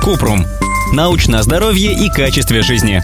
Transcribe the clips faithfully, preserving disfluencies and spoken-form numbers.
Купрум. Научное здоровье и качестве жизни.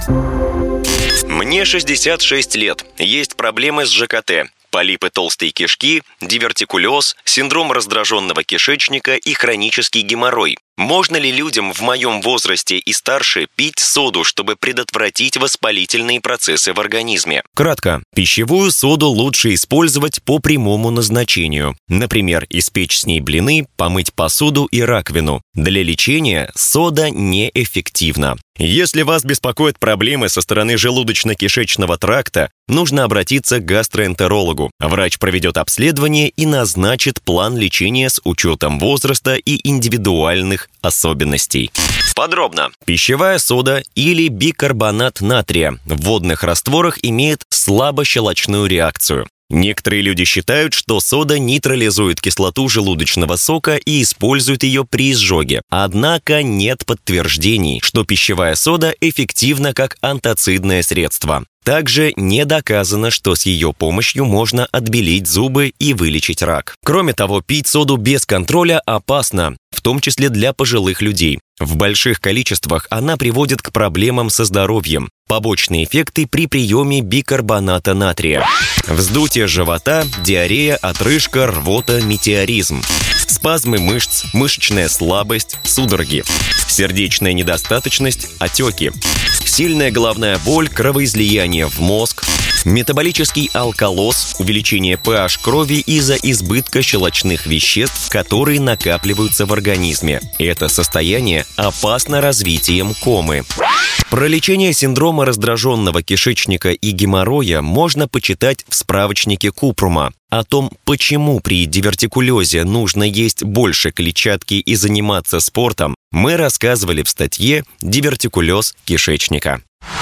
Мне шестьдесят шесть лет. Есть проблемы с ЖКТ. Полипы толстой кишки, дивертикулез, синдром раздраженного кишечника и хронический геморрой. Можно ли людям в моем возрасте и старше пить соду, чтобы предотвратить воспалительные процессы в организме? Кратко. Пищевую соду лучше использовать по прямому назначению. Например, испечь с ней блины, помыть посуду и раковину. Для лечения сода неэффективна. Если вас беспокоят проблемы со стороны желудочно-кишечного тракта, нужно обратиться к гастроэнтерологу. Врач проведет обследование и назначит план лечения с учетом возраста и индивидуальных особенностей. Подробно. Пищевая сода или бикарбонат натрия в водных растворах имеет слабощелочную реакцию. Некоторые люди считают, что сода нейтрализует кислоту желудочного сока и используют ее при изжоге. Однако нет подтверждений, что пищевая сода эффективна как антацидное средство. Также не доказано, что с ее помощью можно отбелить зубы и вылечить рак. Кроме того, пить соду без контроля опасно, в том числе для пожилых людей. В больших количествах она приводит к проблемам со здоровьем. Побочные эффекты при приеме бикарбоната натрия: вздутие живота, диарея, отрыжка, рвота, метеоризм, спазмы мышц, мышечная слабость, судороги, сердечная недостаточность, отеки, сильная головная боль, кровоизлияние в мозг, метаболический алкалоз, увеличение pH крови из-за избытка щелочных веществ, которые накапливаются в организме. Это состояние опасно развитием комы. Про лечение синдрома раздраженного кишечника и геморроя можно почитать в справочнике Купрума. О том, почему при дивертикулезе нужно есть больше клетчатки и заниматься спортом, мы рассказывали в статье «Дивертикулез кишечника».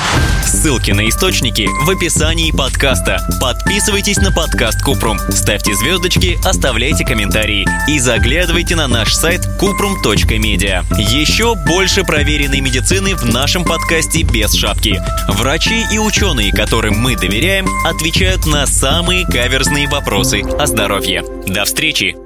Ссылки на источники в описании подкаста. Подписывайтесь на подкаст Купрум, ставьте звездочки, оставляйте комментарии и заглядывайте на наш сайт купрум точка медиа. Еще больше проверенной медицины в нашем подкасте без шапки. Врачи и ученые, которым мы доверяем, отвечают на самые каверзные вопросы о здоровье. До встречи!